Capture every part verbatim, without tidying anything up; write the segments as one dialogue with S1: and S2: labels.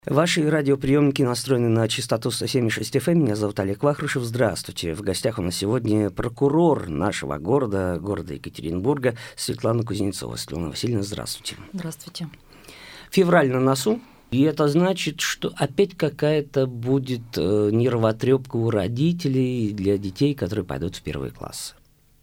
S1: Ваши радиоприемники настроены на частоту сто семь и шесть эф эм. Меня зовут Олег Вахрушев. Здравствуйте. В гостях у нас сегодня прокурор нашего города, города Екатеринбурга, Светлана Кузнецова. Светлана Васильевна, здравствуйте.
S2: Здравствуйте.
S1: Февраль на носу, и это значит, что опять какая-то будет э, нервотрепка у родителей для детей, которые пойдут в первый класс.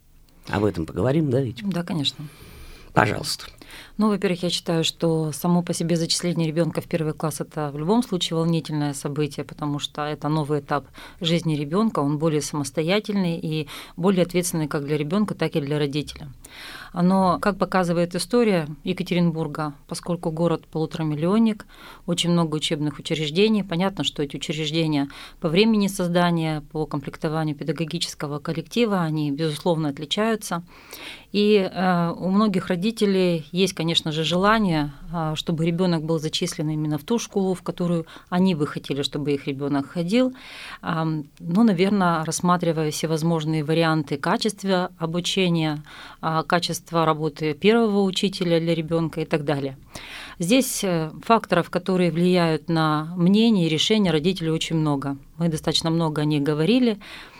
S1: Об этом поговорим, да, ведь?
S2: Да, конечно.
S1: Пожалуйста.
S2: Ну, во-первых, я считаю, что само по себе зачисление ребенка в первый класс – это в любом случае волнительное событие, потому что это новый этап жизни ребенка, он более самостоятельный и более ответственный как для ребенка, так и для родителя. Но, как показывает история Екатеринбурга, поскольку город полуторамиллионник, очень много учебных учреждений, понятно, что эти учреждения по времени создания, по комплектованию педагогического коллектива, они, безусловно, отличаются. И э, у многих родителей есть, конечно же, желание, э, чтобы ребенок был зачислен именно в ту школу, в которую они бы хотели, чтобы их ребенок ходил. Э, ну, наверное, рассматривая всевозможные варианты качества обучения, э, качества работы первого учителя для ребенка и так далее. Здесь факторов, которые влияют на мнение и решение родителей, очень много. Мы достаточно много о них говорили.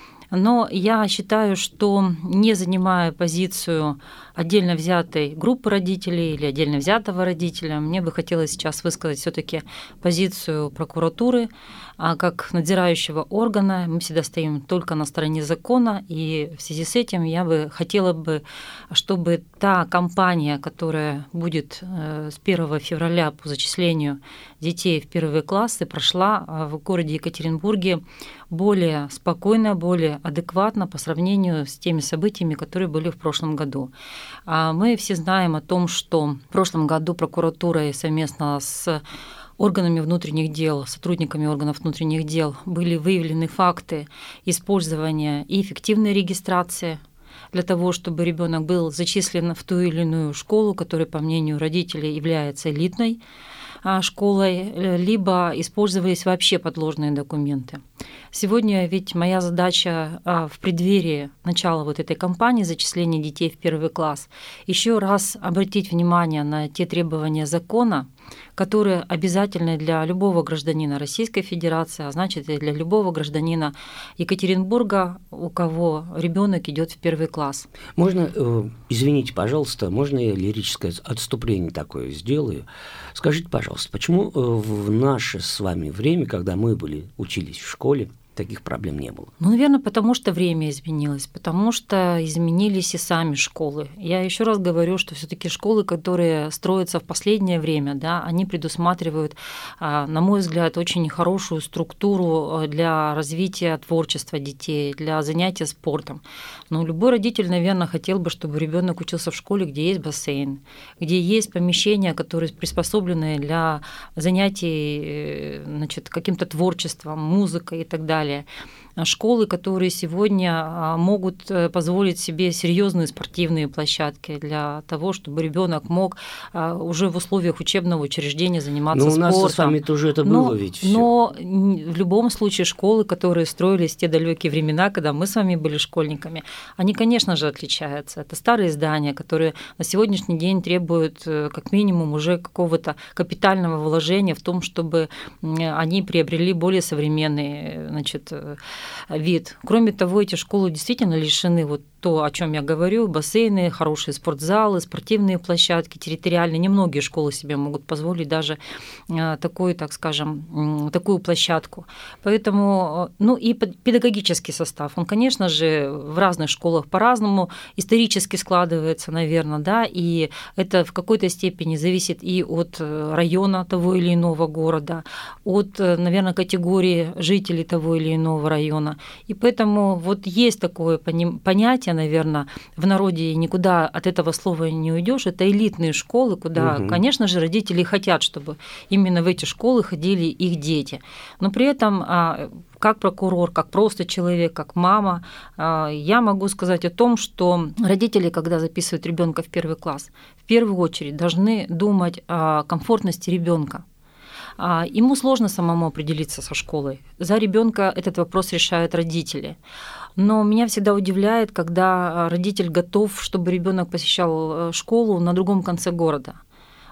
S2: Но я считаю, что не занимая позицию отдельно взятой группы родителей или отдельно взятого родителя, мне бы хотелось сейчас высказать все-таки позицию прокуратуры как надзирающего органа. Мы всегда стоим только на стороне закона, и в связи с этим я бы хотела бы, чтобы та кампания, которая будет с первого февраля по зачислению детей в первые классы, прошла в городе Екатеринбурге более спокойно, более адекватно по сравнению с теми событиями, которые были в прошлом году. Мы все знаем о том, что в прошлом году прокуратура совместно с органами внутренних дел, сотрудниками органов внутренних дел были выявлены факты использования и эффективной регистрации для того, чтобы ребенок был зачислен в ту или иную школу, которая, по мнению родителей, является элитной школой, либо использовались вообще подложные документы. Сегодня ведь моя задача в преддверии начала вот этой кампании зачисления детей в первый класс еще раз обратить внимание на те требования закона, которые обязательны для любого гражданина Российской Федерации, а значит и для любого гражданина Екатеринбурга, у кого ребенок идет в первый класс.
S1: Можно, извините, пожалуйста, можно я лирическое отступление такое сделаю? Скажите, пожалуйста, почему в наше с вами время, когда мы были, учились в школе, таких проблем не было?
S2: Ну, наверное, потому что время изменилось, потому что изменились и сами школы. Я еще раз говорю, что все-таки школы, которые строятся в последнее время, да, они предусматривают, на мой взгляд, очень хорошую структуру для развития творчества детей, для занятия спортом. Но любой родитель, наверное, хотел бы, чтобы ребенок учился в школе, где есть бассейн, где есть помещения, которые приспособлены для занятий, значит, каким-то творчеством, музыкой и так далее. Школы, которые сегодня могут позволить себе серьезные спортивные площадки для того, чтобы ребенок мог уже в условиях учебного учреждения заниматься спортом.
S1: Но у нас с вами тоже это
S2: но,
S1: было ведь всё.
S2: Но в любом случае школы, которые строились в те далекие времена, когда мы с вами были школьниками, они, конечно же, отличаются. Это старые здания, которые на сегодняшний день требуют как минимум уже какого-то капитального вложения в том, чтобы они приобрели более современный, значит, вид. Кроме того, эти школы действительно лишены вот то, о чем я говорю, бассейны, хорошие спортзалы, спортивные площадки, территориальные. Немногие школы себе могут позволить даже такую, так скажем, такую площадку. Поэтому, ну и педагогический состав, он, конечно же, в разных школах по-разному исторически складывается, наверное, да, и это в какой-то степени зависит и от района того или иного города, от, наверное, категории жителей того или иного района. И поэтому вот есть такое понятие, наверное, в народе, никуда от этого слова не уйдешь. Это элитные школы, куда, угу. конечно же, родители хотят, чтобы именно в эти школы ходили их дети. Но при этом, как прокурор, как просто человек, как мама, я могу сказать о том, что родители, когда записывают ребенка в первый класс, в первую очередь должны думать о комфортности ребенка. Ему сложно самому определиться со школой. За ребенка этот вопрос решают родители. Но меня всегда удивляет, когда родитель готов, чтобы ребенок посещал школу на другом конце города.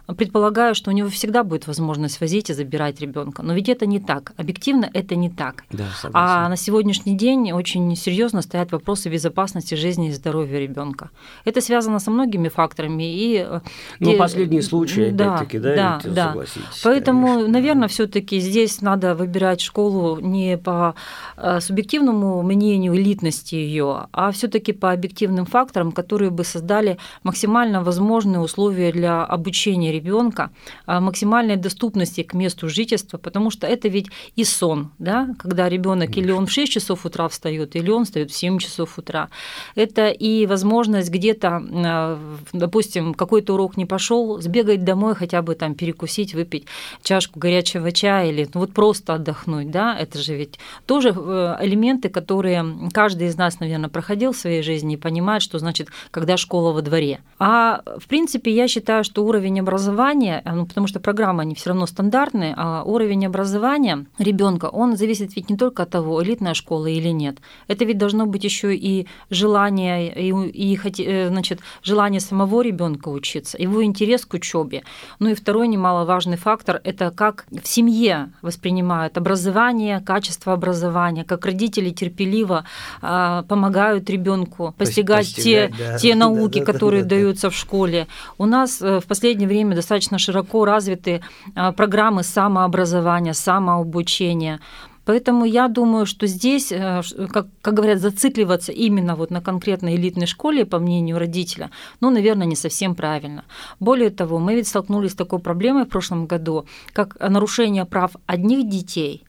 S2: предполагаю, что у него всегда будет возможность возить и забирать ребенка. Но ведь это не так. Объективно это не так.
S1: Да,
S2: а на сегодняшний день очень серьезно стоят вопросы безопасности жизни и здоровья ребенка. Это связано со многими факторами. И
S1: ну, те... последние случаи,
S2: да,
S1: опять-таки, да,
S2: да,
S1: ведь,
S2: да.
S1: согласитесь.
S2: Поэтому,
S1: конечно,
S2: наверное, все-таки здесь надо выбирать школу не по субъективному мнению элитности ее, а все-таки по объективным факторам, которые бы создали максимально возможные условия для обучения ребенка, максимальной доступности к месту жительства, потому что это ведь и сон, да, когда ребенок или он в шесть часов утра встает, или он встает в семь часов утра. Это и возможность где-то, допустим, какой-то урок не пошел, сбегать домой, хотя бы там перекусить, выпить чашку горячего чая или ну, вот просто отдохнуть, да, это же ведь тоже элементы, которые каждый из нас, наверное, проходил в своей жизни и понимает, что значит, когда школа во дворе. А в принципе, я считаю, что уровень образования, ну, потому что программы, они все равно стандартные, а уровень образования ребенка, он зависит ведь не только от того, элитная школа или нет. Это ведь должно быть еще и желание, и, и значит, желание самого ребенка учиться, его интерес к учебе. Ну и второй немаловажный фактор – это как в семье воспринимают образование, качество образования, как родители терпеливо а, помогают ребенку постигать, постигать те, да. те науки, да, да, которые да, да, даются да. в школе. У нас в последнее время достаточно широко развиты программы самообразования, самообучения. Поэтому я думаю, что здесь, как, как говорят, зацикливаться именно вот на конкретной элитной школе, по мнению родителя, ну, наверное, не совсем правильно. Более того, мы ведь столкнулись с такой проблемой в прошлом году, как нарушение прав одних детей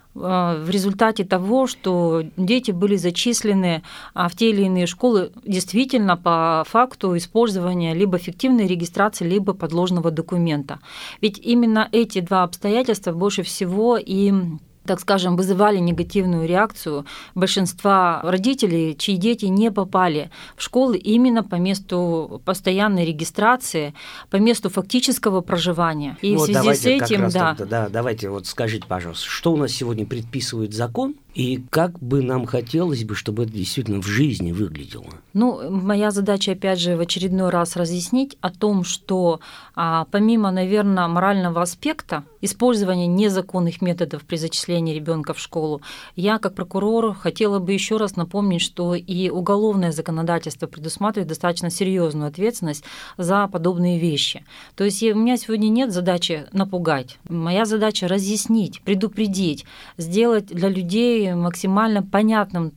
S2: в результате того, что дети были зачислены в те или иные школы действительно по факту использования либо фиктивной регистрации, либо подложного документа. Ведь именно эти два обстоятельства больше всего и так скажем, вызывали негативную реакцию большинства родителей, чьи дети не попали в школы именно по месту постоянной регистрации, по месту фактического проживания. И вот в связи с этим, да.
S1: Тогда, да, давайте вот скажите, пожалуйста, что у нас сегодня предписывает закон? И как бы нам хотелось бы, чтобы это действительно в жизни выглядело?
S2: Ну, моя задача, опять же, в очередной раз разъяснить о том, что а, помимо, наверное, морального аспекта использования незаконных методов при зачислении ребенка в школу, я, как прокурор, хотела бы еще раз напомнить, что и уголовное законодательство предусматривает достаточно серьезную ответственность за подобные вещи. То есть у меня сегодня нет задачи напугать. Моя задача разъяснить, предупредить, сделать для людей максимально понятным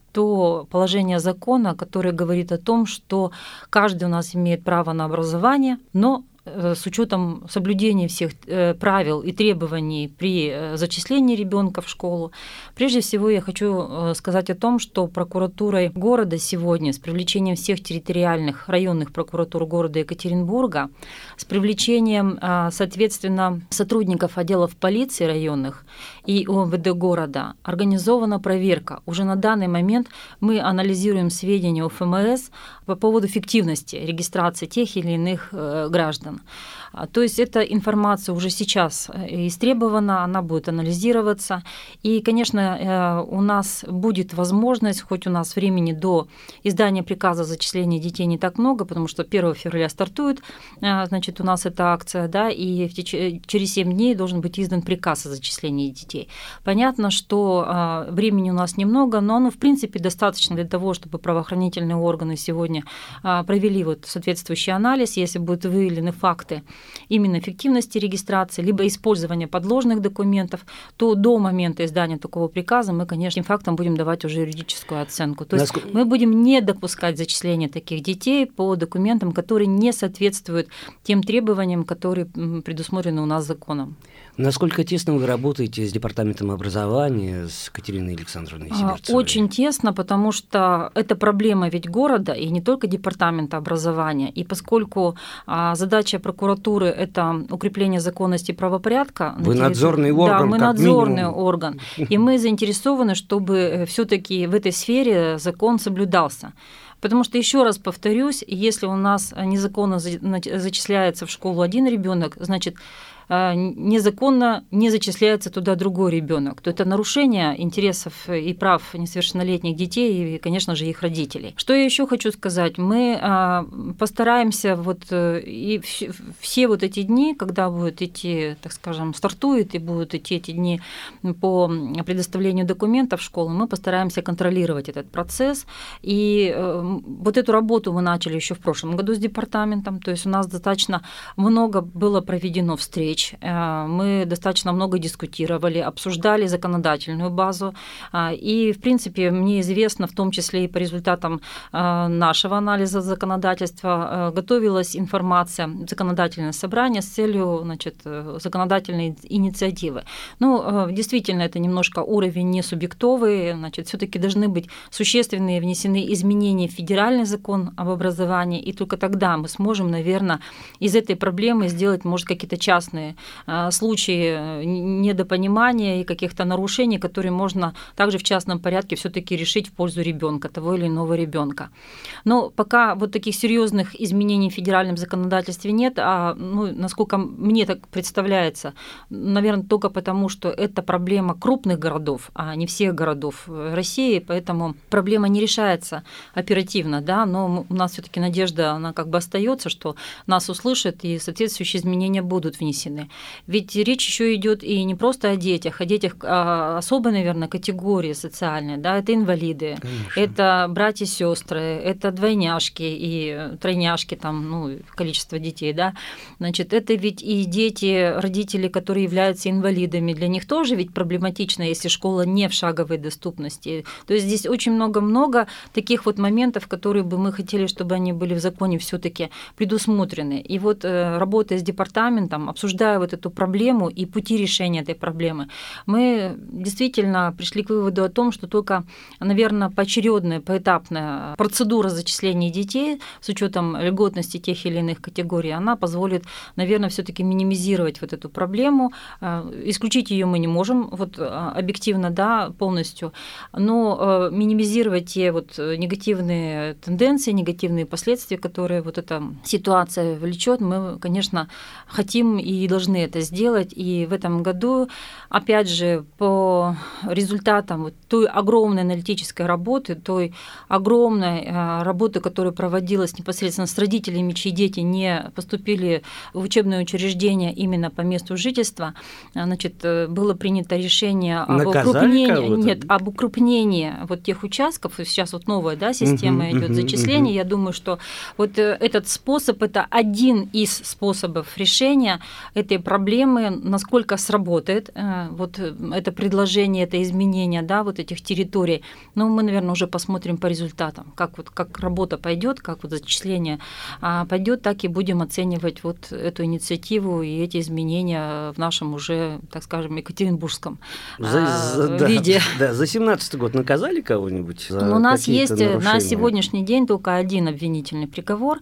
S2: то положение закона, которое говорит о том, что каждый у нас имеет право на образование, но с учетом соблюдения всех правил и требований при зачислении ребенка в школу. Прежде всего, я хочу сказать о том, что прокуратурой города сегодня с привлечением всех территориальных районных прокуратур города Екатеринбурга, с привлечением, соответственно, сотрудников отделов полиции районных и ОМВД города организована проверка. Уже на данный момент мы анализируем сведения о ФМС по поводу фиктивности регистрации тех или иных граждан. То есть эта информация уже сейчас истребована, она будет анализироваться. И, конечно, у нас будет возможность, хоть у нас времени до издания приказа о зачислении детей не так много, потому что первого февраля стартует, значит, у нас эта акция, да, и через семь дней должен быть издан приказ о зачислении детей. Понятно, что времени у нас немного, но оно, в принципе, достаточно для того, чтобы правоохранительные органы сегодня провели вот соответствующий анализ, если будут выявлены факты, факты именно фиктивности регистрации, либо использования подложных документов, то до момента издания такого приказа мы, конечно, этим фактам будем давать уже юридическую оценку. То есть Насколько... мы будем не допускать зачисления таких детей по документам, которые не соответствуют тем требованиям, которые предусмотрены у нас законом.
S1: Насколько тесно вы работаете с Департаментом образования, с Катериной Александровной Сибирцевой?
S2: Очень тесно, потому что это проблема ведь города и не только Департамента образования. И поскольку задача прокуратуры – это укрепление законности и правопорядка.
S1: Вы на надзорный орган,
S2: Да, мы надзорный
S1: минимум.
S2: орган. И мы заинтересованы, чтобы все-таки в этой сфере закон соблюдался. Потому что, еще раз повторюсь, если у нас незаконно зачисляется в школу один ребенок, значит, незаконно не зачисляется туда другой ребенок, то это нарушение интересов и прав несовершеннолетних детей и, конечно же, их родителей. Что я еще хочу сказать? Мы постараемся вот и все вот эти дни, когда будут идти, так скажем, стартуют и будут идти эти дни по предоставлению документов в школу, мы постараемся контролировать этот процесс. И вот эту работу мы начали еще в прошлом году с департаментом, то есть у нас достаточно много было проведено встреч, мы достаточно много дискутировали, обсуждали законодательную базу, и, в принципе, мне известно, в том числе и по результатам нашего анализа законодательства, готовилась информация, законодательное собрание с целью, значит, законодательной инициативы. Ну, действительно, это немножко уровень не субъектовый, значит, все-таки должны быть существенные внесены изменения в федеральный закон об образовании, и только тогда мы сможем, наверное, из этой проблемы сделать, может, какие-то частные случаи недопонимания и каких-то нарушений, которые можно также в частном порядке все-таки решить в пользу ребенка, того или иного ребенка. Но пока вот таких серьезных изменений в федеральном законодательстве нет, а, ну, насколько мне так представляется, наверное, только потому, что это проблема крупных городов, а не всех городов России, поэтому проблема не решается оперативно, да, но у нас все-таки надежда, она как бы остается, что нас услышат и соответствующие изменения будут внесены. Ведь речь еще идет и не просто о детях, о детях особой, наверное, категории социальной, да, это инвалиды, конечно, это братья и сестры, это двойняшки и тройняшки, там, ну, количество детей, да, значит, это ведь и дети, родители, которые являются инвалидами, для них тоже ведь проблематично, если школа не в шаговой доступности. То есть здесь очень много-много таких вот моментов, которые бы мы хотели, чтобы они были в законе все-таки предусмотрены. И вот работая с департаментом, обсуждая вот эту проблему и пути решения этой проблемы, мы действительно пришли к выводу о том, что только, наверное, поочередная, поэтапная процедура зачисления детей с учетом льготности тех или иных категорий, она позволит, наверное, все-таки минимизировать вот эту проблему. Исключить ее мы не можем, вот объективно, да, полностью, но минимизировать те вот негативные тенденции, негативные последствия, которые вот эта ситуация влечет, мы, конечно, хотим и должны это сделать. И в этом году, опять же, по результатам вот той огромной аналитической работы, той огромной работы, которая проводилась непосредственно с родителями, чьи дети не поступили в учебное учреждение именно по месту жительства, значит, было принято решение об укрупнении, нет, об укрупнении вот тех участков. Сейчас вот новая, да, система uh-huh, идет uh-huh, зачисления. Uh-huh. Я думаю, что вот этот способ – это один из способов решения этой проблемы, насколько сработает вот это предложение, это изменение, да, вот этих территорий. Но мы, наверное, уже посмотрим по результатам, как вот как работа пойдет, как вот зачисление пойдет, так и будем оценивать вот эту инициативу и эти изменения в нашем уже, так скажем, екатеринбургском за, за, виде.
S1: Да, да, за семнадцатый год наказали кого-нибудь?
S2: У нас есть нарушения? На сегодняшний день только один обвинительный приговор.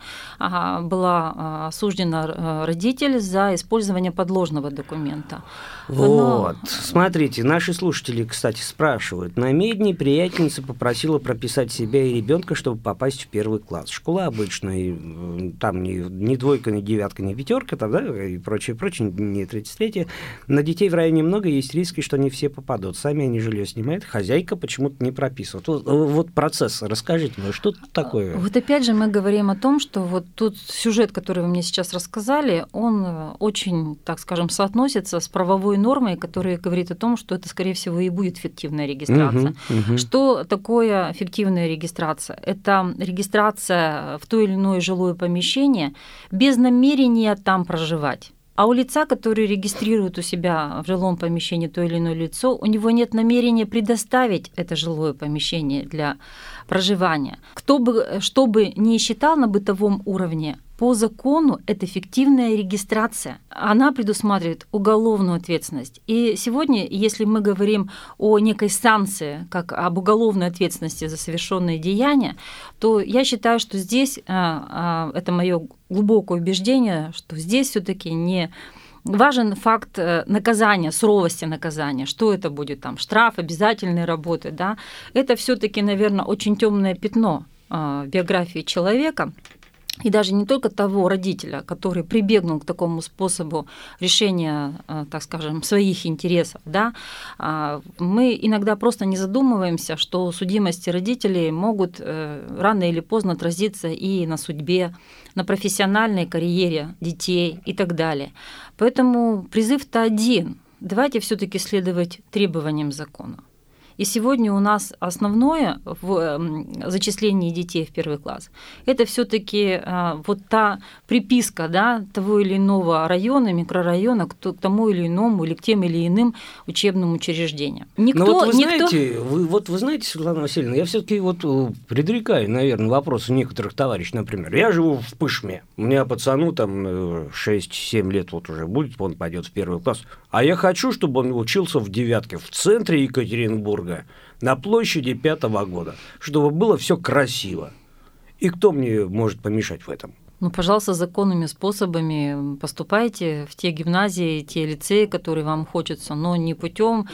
S2: Была осуждена родитель за использование подложного документа.
S1: Вот, Но... смотрите, наши слушатели, кстати, спрашивают. На Медне приятельница попросила прописать себя и ребенка, чтобы попасть в первый класс. Школа обычная, там ни, ни двойка, ни девятка, ни пятерка, там, да, и прочее, прочее, не тридцать третье. На детей в районе много, есть риски, что не все попадут. Сами они жилье снимают, хозяйка почему-то не прописывает. Вот, вот процесс, расскажите мне, что тут такое?
S2: Вот опять же мы говорим о том, что вот тут сюжет, который вы мне сейчас рассказали, он очень, так скажем, соотносится с правовой нормой, которая говорит о том, что это, скорее всего, и будет фиктивная регистрация. Uh-huh, uh-huh. Что такое фиктивная регистрация? Это регистрация в то или иное жилое помещение без намерения там проживать. А у лица, который регистрирует у себя в жилом помещении то или иное лицо, у него нет намерения предоставить это жилое помещение для проживания. Кто бы, что бы ни считал на бытовом уровне, по закону это фиктивная регистрация. Она предусматривает уголовную ответственность. И сегодня, если мы говорим о некой санкции, как об уголовной ответственности за совершенные деяния, то я считаю, что здесь, это мое глубокое убеждение, что здесь все-таки не важен факт наказания, суровости наказания. Что это будет, там, штраф, обязательные работы, да? Это все-таки, наверное, очень темное пятно в биографии человека, и даже не только того родителя, который прибегнул к такому способу решения, так скажем, своих интересов, да, мы иногда просто не задумываемся, что судимости родителей могут рано или поздно отразиться и на судьбе, на профессиональной карьере детей и так далее. Поэтому призыв-то один. Давайте все-таки следовать требованиям закона. И сегодня у нас основное в зачислении детей в первый класс – это все-таки вот та приписка, да, того или иного района, микрорайона к тому или иному или к тем или иным учебным учреждениям.
S1: Никто, Но вот вы никто... знаете, вы, вот вы знаете, Светлана Васильевна, я все-таки вот предрекаю, наверное, вопросы некоторых товарищей, например, я живу в Пышме, у меня пацану там шесть-семь лет вот уже будет, он пойдет в первый класс, а я хочу, чтобы он учился в девятке в центре Екатеринбурга, на площади пятого года, чтобы было все красиво. И кто мне может помешать в этом?
S2: Ну, пожалуйста, законными способами поступайте в те гимназии, те лицеи, которые вам хочется, но не путем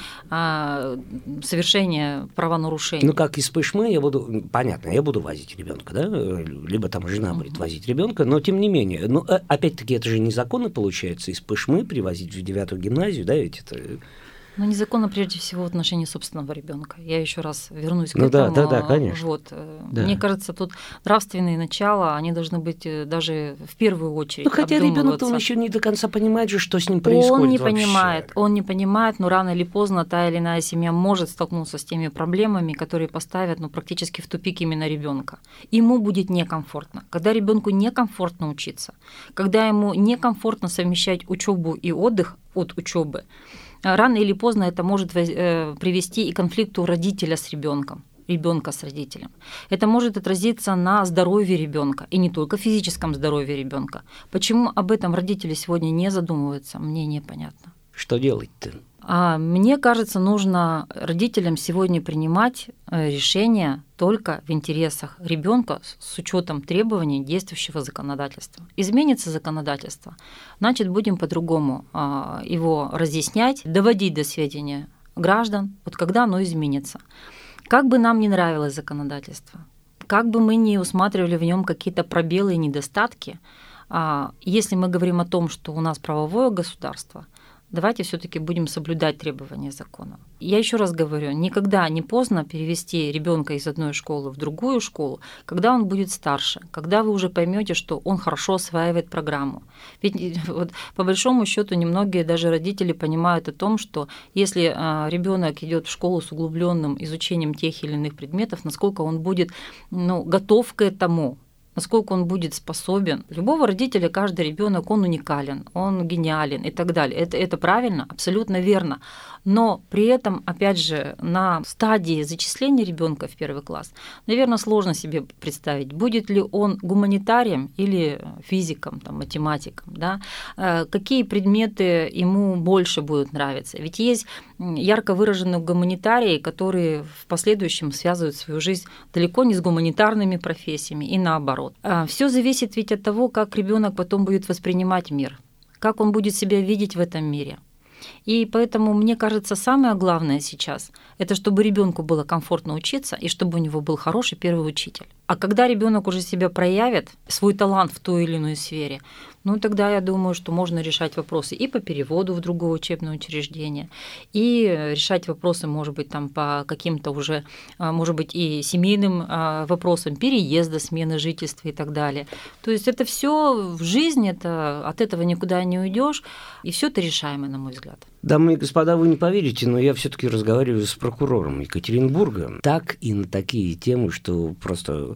S2: а, совершения правонарушений.
S1: Ну, как из Пышмы я буду, понятно, я буду возить ребенка, да, либо там жена будет возить ребенка, но тем не менее, ну, опять-таки, это же незаконно получается из Пышмы привозить в девятую гимназию, да, ведь это...
S2: Ну, незаконно прежде всего в отношении собственного ребенка. Я еще раз вернусь к
S1: ну,
S2: этому.
S1: Да, да, да, конечно.
S2: Вот.
S1: Да.
S2: Мне кажется, тут нравственные начала, они должны быть даже в первую очередь.
S1: Ну, хотя ребенок он еще не до конца понимает же, что с ним происходит.
S2: Он не
S1: вообще.
S2: понимает, он не понимает, но рано или поздно та или иная семья может столкнуться с теми проблемами, которые поставят, ну, практически в тупик именно ребенка. Ему будет некомфортно. Когда ребенку некомфортно учиться, когда ему некомфортно совмещать учебу и отдых от учебы, рано или поздно это может привести и к конфликту родителя с ребенком, ребенка с родителем. Это может отразиться на здоровье ребенка, и не только физическом здоровье ребенка. Почему об этом родители сегодня не задумываются, мне непонятно.
S1: Что делать-то?
S2: А мне кажется, нужно родителям сегодня принимать решения только в интересах ребенка с учетом требований действующего законодательства. Изменится законодательство, значит, будем по-другому его разъяснять, доводить до сведения граждан, вот когда оно изменится. Как бы нам ни нравилось законодательство, как бы мы ни усматривали в нем какие-то пробелы и недостатки, если мы говорим о том, что у нас правовое государство, давайте все-таки будем соблюдать требования закона. Я еще раз говорю, никогда не поздно перевести ребенка из одной школы в другую школу, когда он будет старше, когда вы уже поймете, что он хорошо осваивает программу. Ведь вот, по большому счету немногие даже родители понимают о том, что если ребенок идет в школу с углубленным изучением тех или иных предметов, насколько он будет, ну, готов к этому, насколько он будет способен. Любого родителя каждый ребенок, он уникален, он гениален и так далее. Это, это правильно, абсолютно верно. Но при этом, опять же, на стадии зачисления ребенка в первый класс, наверное, сложно себе представить, будет ли он гуманитарием или физиком, там, математиком, да? Какие предметы ему больше будут нравиться. Ведь есть ярко выраженные гуманитарии, которые в последующем связывают свою жизнь далеко не с гуманитарными профессиями и наоборот. Все зависит ведь от того, как ребенок потом будет воспринимать мир, как он будет себя видеть в этом мире. И поэтому, мне кажется, самое главное сейчас – это чтобы ребенку было комфортно учиться и чтобы у него был хороший первый учитель. А когда ребенок уже себя проявит, свой талант в той или иной сфере, ну тогда я думаю, что можно решать вопросы и по переводу в другое учебное учреждение, и решать вопросы, может быть, там по каким-то уже, может быть, и семейным вопросам, переезда, смены жительства и так далее. То есть это все в жизни, это, от этого никуда не уйдешь, и все это решаемо, на мой взгляд.
S1: Дамы и господа, вы не поверите, но я все-таки разговариваю с прокурором Екатеринбурга так и на такие темы, что просто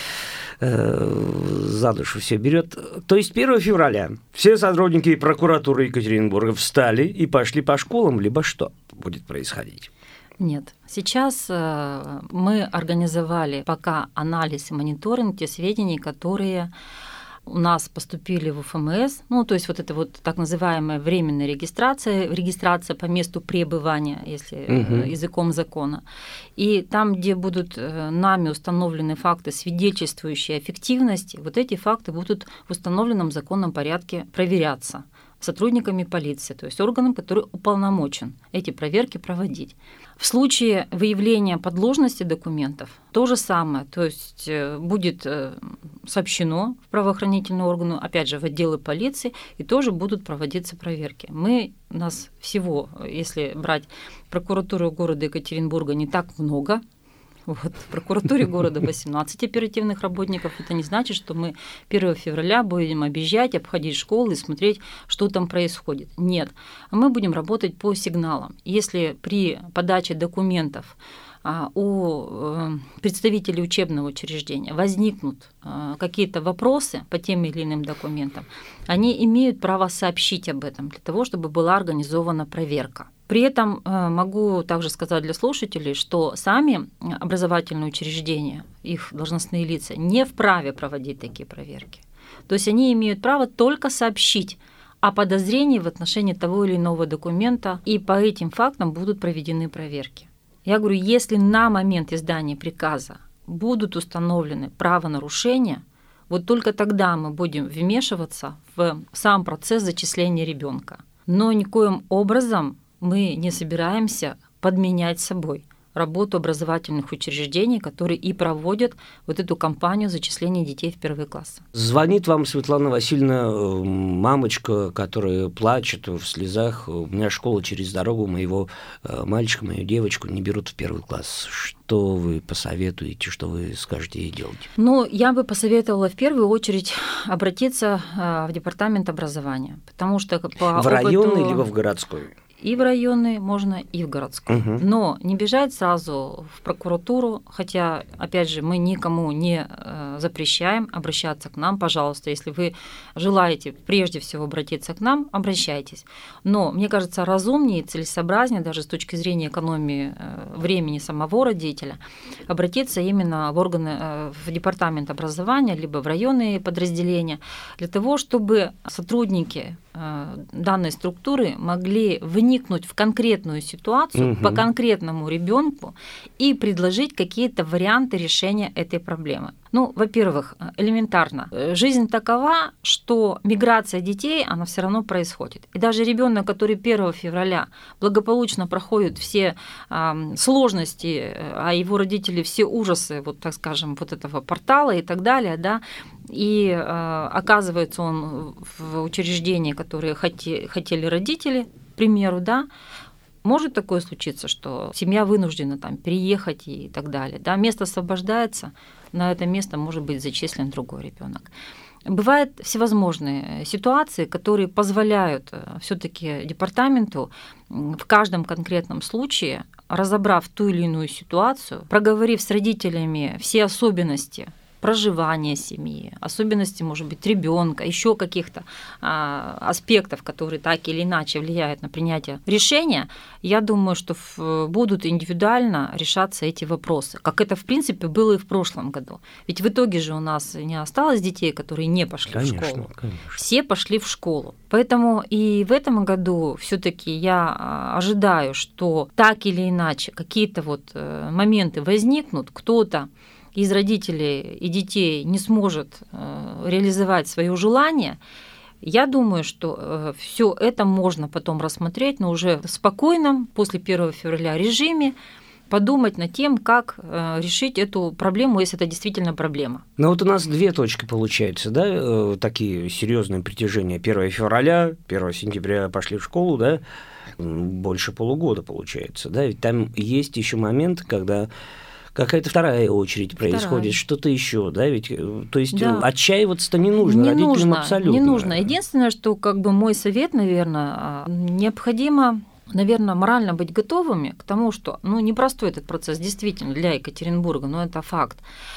S1: э, за душу все берет. То есть первого февраля все сотрудники прокуратуры Екатеринбурга встали и пошли по школам, либо что будет происходить?
S2: Нет. Сейчас мы организовали пока анализ и мониторинг тех сведений, которые у нас поступили в УФМС, ну, то есть вот это вот так называемая временная регистрация, регистрация по месту пребывания, если угу. языком закона. И там, где будут нами установлены факты, свидетельствующие о фиктивности, вот эти факты будут в установленном законном порядке проверяться сотрудниками полиции, то есть органом, который уполномочен эти проверки проводить. В случае выявления подложности документов то же самое, то есть будет сообщено в правоохранительные органы, опять же, в отделы полиции, и тоже будут проводиться проверки. Мы, нас всего, если брать прокуратуру города Екатеринбурга, не так много. Вот. В прокуратуре города восемнадцать оперативных работников. Это не значит, что мы первого февраля будем объезжать, обходить школы и смотреть, что там происходит. Нет. Мы будем работать по сигналам. Если при подаче документов у представителей учебного учреждения возникнут какие-то вопросы по тем или иным документам, они имеют право сообщить об этом для того, чтобы была организована проверка. При этом могу также сказать для слушателей, что сами образовательные учреждения, их должностные лица, не вправе проводить такие проверки. То есть они имеют право только сообщить о подозрении в отношении того или иного документа, и по этим фактам будут проведены проверки. Я говорю, если на момент издания приказа будут установлены правонарушения, вот только тогда мы будем вмешиваться в сам процесс зачисления ребенка. Но никоим образом мы не собираемся подменять собой работу образовательных учреждений, которые и проводят вот эту кампанию зачисления детей в первые классы.
S1: Звонит вам Светлана Васильевна, мамочка, которая плачет в слезах. У меня школа через дорогу, моего мальчика, мою девочку не берут в первый класс. Что вы посоветуете, что вы скажете ей делать?
S2: Ну, я бы посоветовала в первую очередь обратиться в департамент образования, потому что по
S1: в
S2: опыту...
S1: районный либо в городской?
S2: И в районный можно, и в городской. Угу. Но не бежать сразу в прокуратуру, хотя, опять же, мы никому не запрещаем обращаться к нам, пожалуйста. Если вы желаете прежде всего обратиться к нам, обращайтесь. Но, мне кажется, разумнее и целесообразнее, даже с точки зрения экономии времени самого родителя, обратиться именно в органы, в департамент образования, либо в районные подразделения, для того, чтобы сотрудники данной структуры могли вникнуть в конкретную ситуацию угу. по конкретному ребенку и предложить какие-то варианты решения этой проблемы. Ну, во-первых, элементарно. Жизнь такова, что миграция детей, она все равно происходит. И даже ребенок, который первого февраля благополучно проходит все э, сложности, а его родители все ужасы, вот так скажем, вот этого портала и так далее, да, и э, оказывается он в учреждении, которые хоте, хотели родители, к примеру, да, может такое случиться, что семья вынуждена там переехать и так далее. Да, место освобождается, на это место может быть зачислен другой ребенок. Бывают всевозможные ситуации, которые позволяют все-таки департаменту в каждом конкретном случае, разобрав ту или иную ситуацию, проговорив с родителями все особенности проживания семьи, особенности, может быть, ребенка, еще каких-то а, аспектов, которые так или иначе влияют на принятие решения, я думаю, что в, будут индивидуально решаться эти вопросы, как это, в принципе, было и в прошлом году. Ведь в итоге же у нас не осталось детей, которые не пошли конечно, в школу. Конечно. Все пошли в школу. Поэтому и в этом году все-таки я ожидаю, что так или иначе какие-то вот моменты возникнут, кто-то из родителей и детей не сможет реализовать свое желание, я думаю, что все это можно потом рассмотреть, но уже в спокойном, после первого февраля режиме, подумать над тем, как решить эту проблему, если это действительно проблема.
S1: Ну вот у нас две точки получаются, да, такие серьезные притяжения. первого февраля, первого сентября пошли в школу, да, больше полугода получается, да, ведь там есть еще момент, когда какая-то вторая очередь происходит, вторая. Что-то еще, да, ведь, то есть да. отчаиваться-то не нужно, не родителям нужно, абсолютно.
S2: Не нужно. Единственное, что как бы мой совет, наверное, необходимо, наверное, морально быть готовыми к тому, что, ну, непростой этот процесс действительно для Екатеринбурга, но это факт.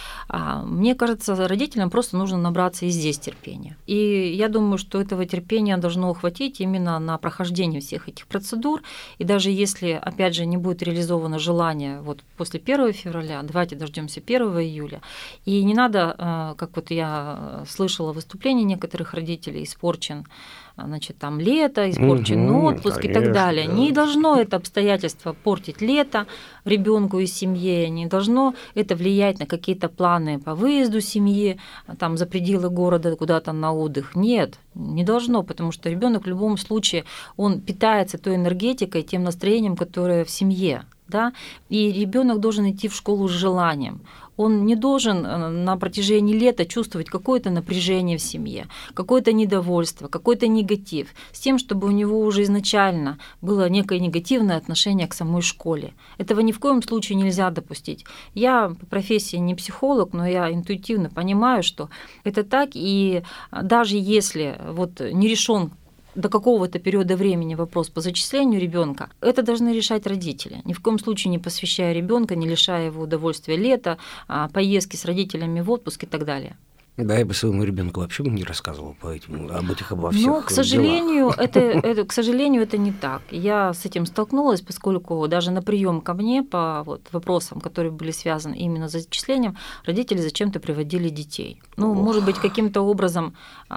S2: Мне кажется, родителям просто нужно набраться и здесь терпения. И я думаю, что этого терпения должно хватить именно на прохождение всех этих процедур. И даже если, опять же, не будет реализовано желание вот после первого февраля, давайте дождемся первого июля. И не надо, как вот я слышала выступления некоторых родителей, испорчен, значит, там лето, испорчен угу, отпуск конечно, и так далее. Да. Не должно это обстоятельство портить лето ребенку и семье, не должно это влиять на какие-то планы планы по выезду семьи там, за пределы города куда-то на отдых. Нет, не должно, потому что ребенок в любом случае, он питается той энергетикой, тем настроением, которое в семье. Да? И ребенок должен идти в школу с желанием. Он не должен на протяжении лета чувствовать какое-то напряжение в семье, какое-то недовольство, какой-то негатив, с тем, чтобы у него уже изначально было некое негативное отношение к самой школе. Этого ни в коем случае нельзя допустить. Я по профессии не психолог, но я интуитивно понимаю, что это так, и даже если вот не решен до какого-то периода времени вопрос по зачислению ребенка, это должны решать родители. Ни в коем случае не посвящая ребенка, не лишая его удовольствия лета, поездки с родителями в отпуск и так далее.
S1: Да, я бы своему ребенку вообще не рассказывал по этим, об этих, обо всех
S2: Но, к сожалению,
S1: делах.
S2: это, это, к сожалению, это не так. Я с этим столкнулась, поскольку даже на прием ко мне по вот, вопросам, которые были связаны именно с зачислением, родители зачем-то приводили детей. Ну, Ох. может быть, каким-то образом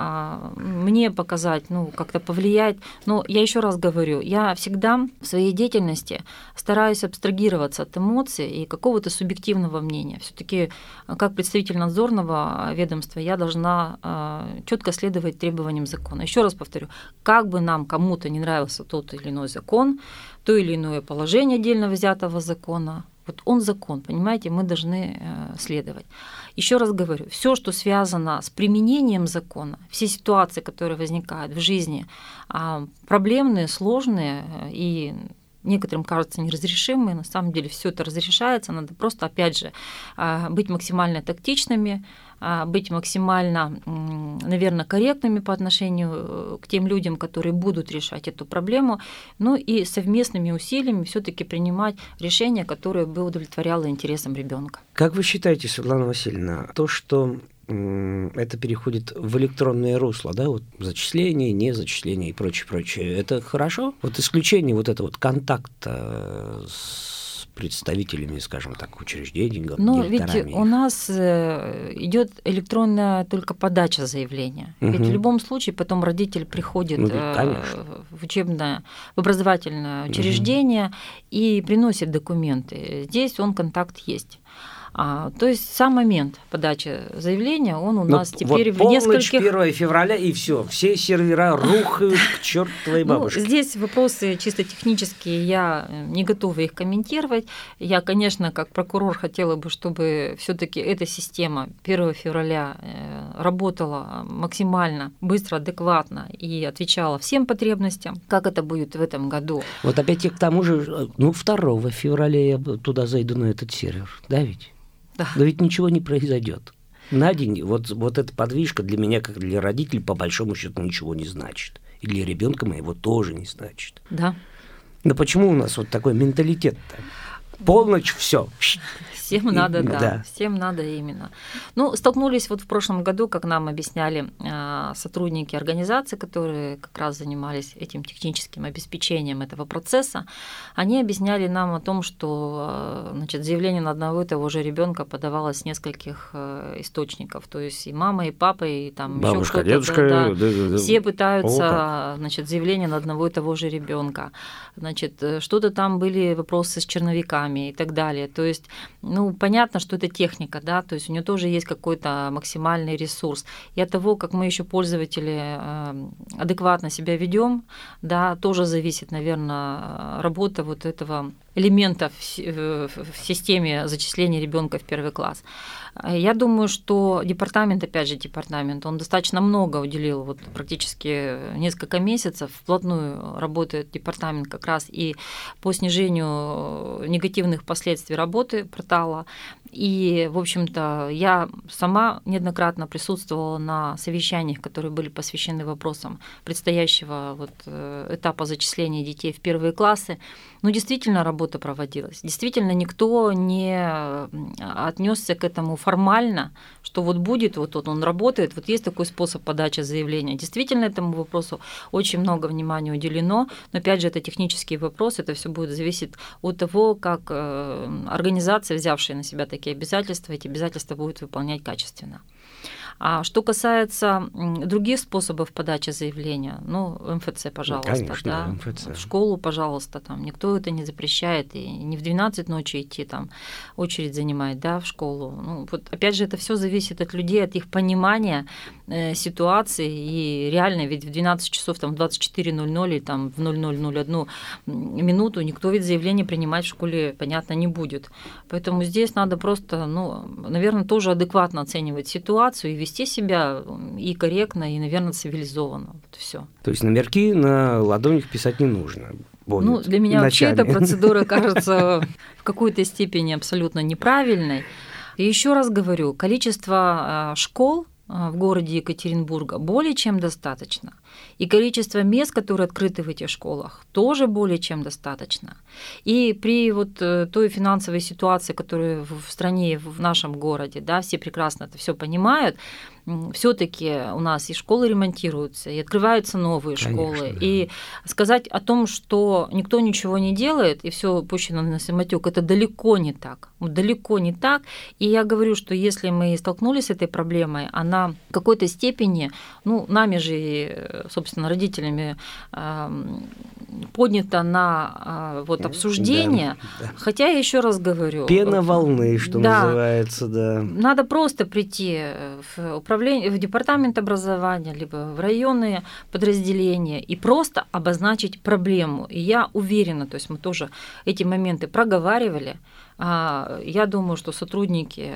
S2: а, мне показать, ну, как-то повлиять. Но я еще раз говорю, я всегда в своей деятельности стараюсь абстрагироваться от эмоций и какого-то субъективного мнения. Все-таки как представитель надзорного ведомства я должна э, четко следовать требованиям закона. Еще раз повторю, как бы нам кому-то не нравился тот или иной закон, то или иное положение отдельно взятого закона, вот он закон, понимаете, мы должны э, следовать. Еще раз говорю, все, что связано с применением закона, все ситуации, которые возникают в жизни, э, проблемные, сложные и некоторым кажется неразрешимые, на самом деле все это разрешается, надо просто, опять же, быть максимально тактичными, быть максимально, наверное, корректными по отношению к тем людям, которые будут решать эту проблему, ну и совместными усилиями все-таки принимать решения, которые бы удовлетворяло интересам ребенка.
S1: Как вы считаете, Светлана Васильевна, то, что это переходит в электронное русло, да, вот зачисление, не зачисление и прочее, прочее. Это хорошо? Вот исключение вот этого вот контакта с представителями, скажем так, учреждений,
S2: но ведь у нас идет электронная только подача заявления. Угу. Ведь в любом случае потом родитель приходит ну, в учебное, в образовательное учреждение угу. и приносит документы. Здесь он контакт есть. А, то есть сам момент подачи заявления, он у
S1: ну,
S2: нас теперь
S1: вот
S2: в нескольких...
S1: первого февраля, и все, все сервера рухают к чертовой бабушке.
S2: Ну, здесь вопросы чисто технические, я не готова их комментировать. Я, конечно, как прокурор хотела бы, чтобы все-таки эта система первого февраля работала максимально быстро, адекватно и отвечала всем потребностям. Как это будет в этом году?
S1: Вот опять-таки к тому же, ну, второго февраля я туда зайду на этот сервер, да ведь? Да. Но ведь ничего не произойдет. На день вот, вот эта подвижка для меня, как для родителей, по большому счету ничего не значит. И для ребенка моего тоже не значит.
S2: Да.
S1: Но почему у нас вот такой менталитет-то? Полночь, все.
S2: Всем надо, да, да, всем надо именно. Ну, столкнулись вот в прошлом году, как нам объясняли сотрудники организации, которые как раз занимались этим техническим обеспечением этого процесса, они объясняли нам о том, что, значит, заявление на одного и того же ребенка подавалось с нескольких источников, то есть и мама, и папа, и там
S1: бабушка, дедушка,
S2: да,
S1: да, да, да.
S2: Все пытаются, значит, заявление на одного и того же ребенка, значит, что-то там были вопросы с черновиками и так далее, то есть ну, понятно, что это техника, да, то есть у нее тоже есть какой-то максимальный ресурс. И от того, как мы еще пользователи адекватно себя ведем, да, тоже зависит, наверное, работа вот этого элемента в системе зачисления ребенка в первый класс. Я думаю, что департамент, опять же, департамент, он достаточно много уделил, вот практически несколько месяцев вплотную работает департамент как раз и по снижению негативных последствий работы портала. И, в общем-то, я сама неоднократно присутствовала на совещаниях, которые были посвящены вопросам предстоящего вот этапа зачисления детей в первые классы. Ну, действительно, работа проводилась. Действительно, никто не отнесся к этому формально, что вот будет, вот он, он работает, вот есть такой способ подачи заявления. Действительно, этому вопросу очень много внимания уделено, но, опять же, это технический вопрос, это все будет зависеть от того, как организация, взявшая на себя такие обязательства, эти обязательства будет выполнять качественно. А что касается других способов подачи заявления, ну, эм эф цэ, пожалуйста,
S1: Конечно,
S2: да,
S1: эм эф цэ.
S2: в школу, пожалуйста, там, никто это не запрещает, и не в двенадцать ночи идти, там, очередь занимать, да, в школу. Ну, вот, опять же, это все зависит от людей, от их понимания э, ситуации, и реально, ведь в двенадцать часов, там, в двадцать четыре ноль ноль или там, в ноль ноль ноль одну минуту никто ведь заявление принимать в школе, понятно, не будет. Поэтому здесь надо просто, ну, наверное, тоже адекватно оценивать ситуацию и вести себя и корректно, и, наверное, цивилизованно. Вот все.
S1: То есть номерки на ладонях писать не нужно? Будет
S2: Ну, для меня
S1: ночами.
S2: вообще эта процедура кажется в какой-то степени абсолютно неправильной. И еще раз говорю, количество школ в городе Екатеринбурга более чем достаточно. И количество мест, которые открыты в этих школах, тоже более чем достаточно. И при вот той финансовой ситуации, которая в стране, в нашем городе, да, все прекрасно это все понимают, все-таки у нас и школы ремонтируются, и открываются новые
S1: Конечно,
S2: школы.
S1: Да.
S2: И сказать о том, что никто ничего не делает, и все пущено на самотек, это далеко не так. Далеко не так. И я говорю, что если мы столкнулись с этой проблемой, она в какой-то степени, ну, нами же, собственно, родителями поднята на вот, обсуждение. Да, да. Хотя я еще раз говорю.
S1: Пена волны, что
S2: да,
S1: называется, да.
S2: Надо просто прийти в управление, в департамент образования, либо в районные подразделения и просто обозначить проблему. И я уверена, то есть мы тоже эти моменты проговаривали. Я думаю, что сотрудники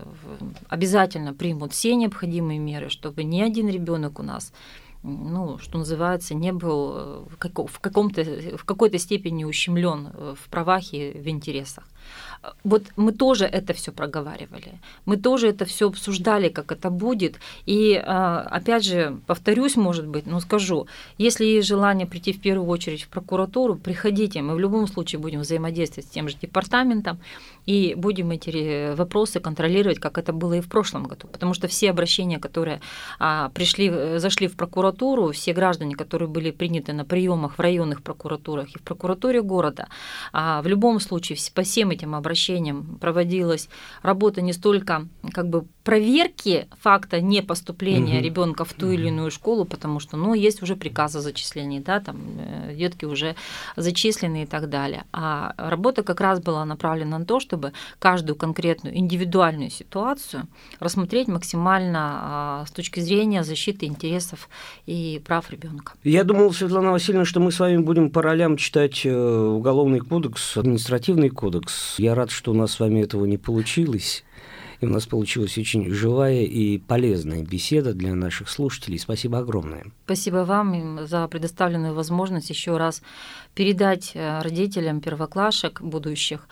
S2: обязательно примут все необходимые меры, чтобы ни один ребенок у нас, ну, что называется, не был в, каком-то, в какой-то степени ущемлен в правах и в интересах. Вот мы тоже это все проговаривали, мы тоже это все обсуждали, как это будет. И опять же, повторюсь, может быть, но скажу, если есть желание прийти в первую очередь в прокуратуру, приходите, мы в любом случае будем взаимодействовать с тем же департаментом и будем эти вопросы контролировать, как это было и в прошлом году. Потому что все обращения, которые пришли, зашли в прокуратуру, все граждане, которые были приняты на приемах в районных прокуратурах и в прокуратуре города, в любом случае по всем этим обращениям проводилась работа не столько как бы проверки факта непоступления угу. ребенка в ту или иную школу, потому что, ну, есть уже приказ о зачислении, да, там детки уже зачислены и так далее. А работа как раз была направлена на то, чтобы каждую конкретную индивидуальную ситуацию рассмотреть максимально с точки зрения защиты интересов и прав ребенка.
S1: Я думал, Светлана Васильевна, что мы с вами будем по ролям читать Уголовный кодекс, административный кодекс. Я рад, что у нас с вами этого не получилось. И у нас получилась очень живая и полезная беседа для наших слушателей. Спасибо огромное.
S2: Спасибо вам за предоставленную возможность еще раз передать родителям первоклашек будущих,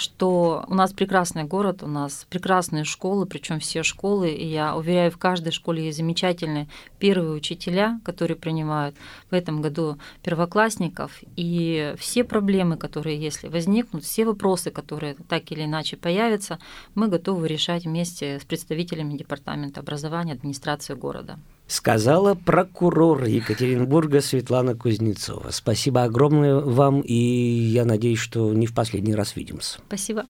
S2: что у нас прекрасный город, у нас прекрасные школы, причем все школы, и я уверяю, в каждой школе есть замечательные первые учителя, которые принимают в этом году первоклассников, и все проблемы, которые, если возникнут, все вопросы, которые так или иначе появятся, мы готовы решать вместе с представителями Департамента образования администрации города.
S1: Сказала прокурор Екатеринбурга Светлана Кузнецова. Спасибо огромное вам, и я надеюсь, что не в последний раз видимся.
S2: Спасибо.